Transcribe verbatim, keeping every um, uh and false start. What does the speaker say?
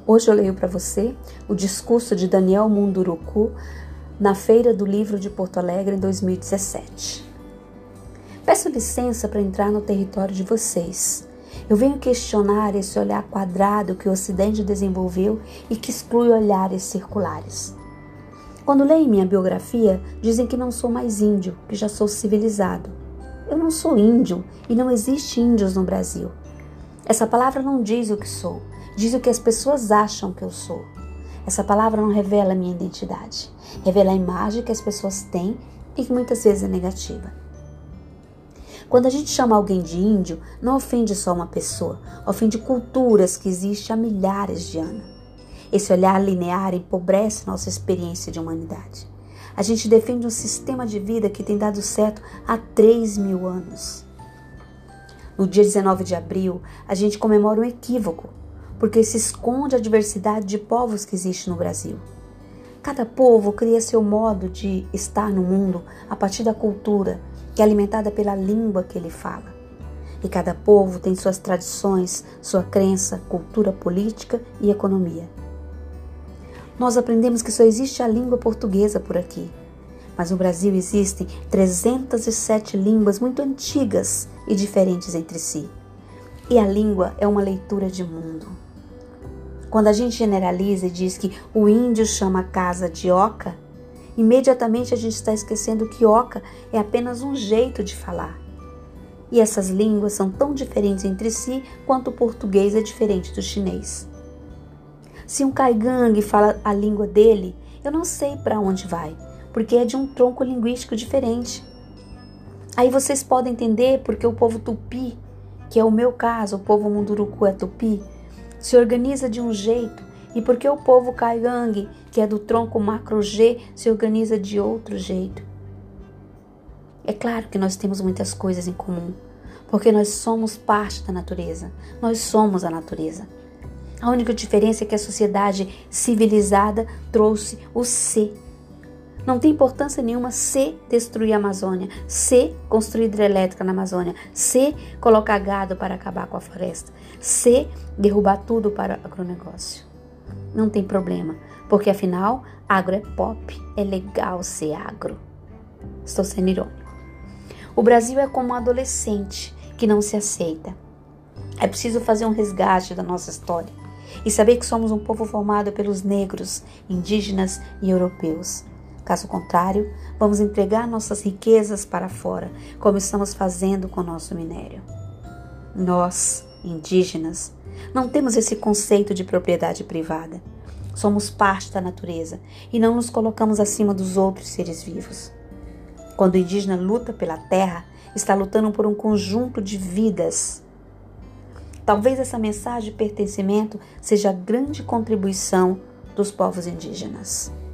Hoje eu leio para você o discurso de Daniel Munduruku na Feira do Livro de Porto Alegre em dois mil e dezessete. Peço licença para entrar no território de vocês. Eu venho questionar esse olhar quadrado que o Ocidente desenvolveu e que exclui olhares circulares. Quando leem minha biografia, dizem que não sou mais índio, que já sou civilizado. Eu não sou índio e não existe índios no Brasil. Essa palavra não diz o que sou, diz o que as pessoas acham que eu sou. Essa palavra não revela a minha identidade, revela a imagem que as pessoas têm e que muitas vezes é negativa. Quando a gente chama alguém de índio, não ofende só uma pessoa, ofende culturas que existem há milhares de anos. Esse olhar linear empobrece nossa experiência de humanidade. A gente defende um sistema de vida que tem dado certo há três mil anos. No dia dezenove de abril, a gente comemora um equívoco, porque se esconde a diversidade de povos que existe no Brasil. Cada povo cria seu modo de estar no mundo a partir da cultura, que é alimentada pela língua que ele fala. E cada povo tem suas tradições, sua crença, cultura política e economia. Nós aprendemos que só existe a língua portuguesa por aqui, mas no Brasil existem trezentas e sete línguas muito antigas e diferentes entre si. E a língua é uma leitura de mundo. Quando a gente generaliza e diz que o índio chama a casa de oca, imediatamente a gente está esquecendo que oca é apenas um jeito de falar. E essas línguas são tão diferentes entre si quanto o português é diferente do chinês. Se um caigangue fala a língua dele, eu não sei para onde vai, porque é de um tronco linguístico diferente. Aí vocês podem entender porque o povo tupi, que é o meu caso, o povo munduruku é tupi, se organiza de um jeito, e porque o povo caigangue, que é do tronco macro G, se organiza de outro jeito. É claro que nós temos muitas coisas em comum, porque nós somos parte da natureza, nós somos a natureza. A única diferença é que a sociedade civilizada trouxe o C. Não tem importância nenhuma se destruir a Amazônia, se construir hidrelétrica na Amazônia, se colocar gado para acabar com a floresta, se derrubar tudo para o agronegócio. Não tem problema, porque afinal, agro é pop, é legal ser agro. Estou sendo irônico. O Brasil é como um adolescente que não se aceita. É preciso fazer um resgate da nossa história e saber que somos um povo formado pelos negros, indígenas e europeus. Caso contrário, vamos entregar nossas riquezas para fora, como estamos fazendo com o nosso minério. Nós, indígenas, não temos esse conceito de propriedade privada. Somos parte da natureza e não nos colocamos acima dos outros seres vivos. Quando o indígena luta pela terra, está lutando por um conjunto de vidas. Talvez essa mensagem de pertencimento seja a grande contribuição dos povos indígenas.